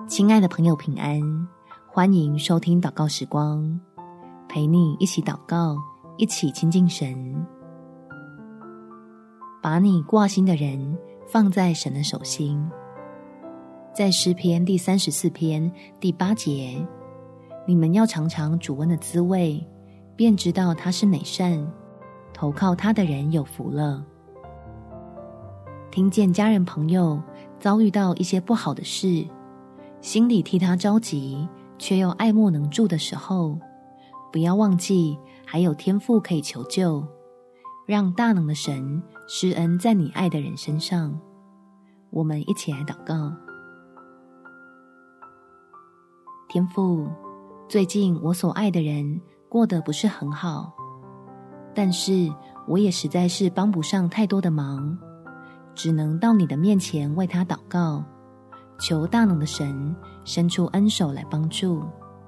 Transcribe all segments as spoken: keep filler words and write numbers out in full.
亲爱的朋友平安，欢迎收听祷告时光，陪你一起祷告，一起亲近神。把你挂心的人放在神的手心。在诗篇第三十四篇第八节，你们要尝尝主恩的滋味，便知道他是美善，投靠他的人有福了。听见家人朋友遭遇到一些不好的事，心里替他着急，却又爱莫能助的时候，不要忘记还有天父可以求救，让大能的神施恩在你爱的人身上。我们一起来祷告。天父，最近我所爱的人过得不是很好，但是我也实在是帮不上太多的忙，只能到你的面前为他祷告，求大能的神伸出恩手来帮助。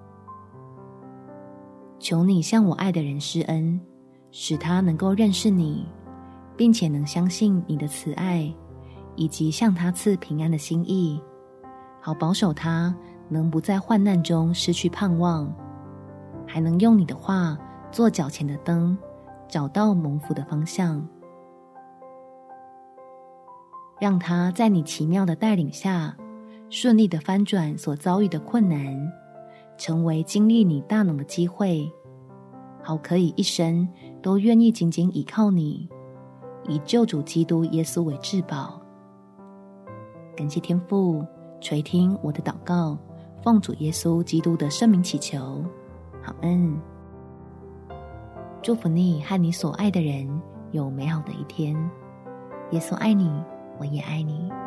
求你向我爱的人施恩，使他能够认识你，并且能相信你的慈爱，以及向他赐平安的心意，好保守他能不在患难中失去盼望，还能用你的话做脚前的灯，找到蒙福的方向。让他在你奇妙的带领下，顺利地翻转所遭遇的困难，成为经历你大能的机会，好可以一生都愿意紧紧倚靠你，以救主基督耶稣为至宝。感谢天父垂听我的祷告，奉主耶稣基督的圣名祈求，阿们。祝福你和你所爱的人有美好的一天。耶稣爱你，我也爱你。